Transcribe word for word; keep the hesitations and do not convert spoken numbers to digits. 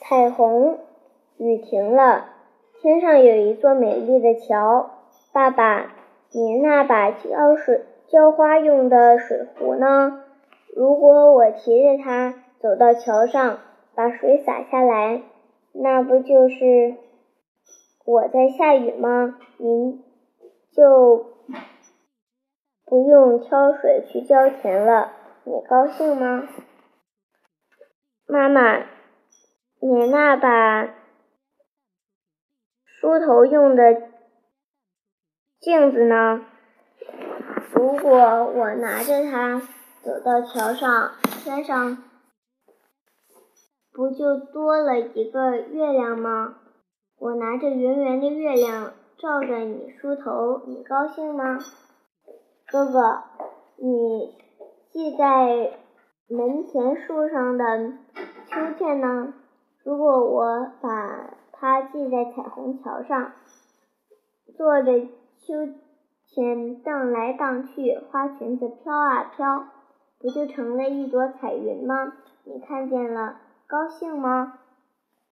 彩虹，雨停了，天上有一座美丽的桥。爸爸，你那把浇水浇花用的水壶呢？如果我提着它走到桥上，把水洒下来，那不就是我在下雨吗？您就不用挑水去浇田了，你高兴吗？妈妈，你那把梳头用的镜子呢？如果我拿着它走到桥上，天上不就多了一个月亮吗？我拿着圆圆的月亮照着你梳头，你高兴吗？哥哥，你系在门前树上的秋千呢？如果我把它系在彩虹桥上，坐着秋千荡来荡去，花裙子飘啊飘，不就成了一朵彩云吗？你看见了，高兴吗？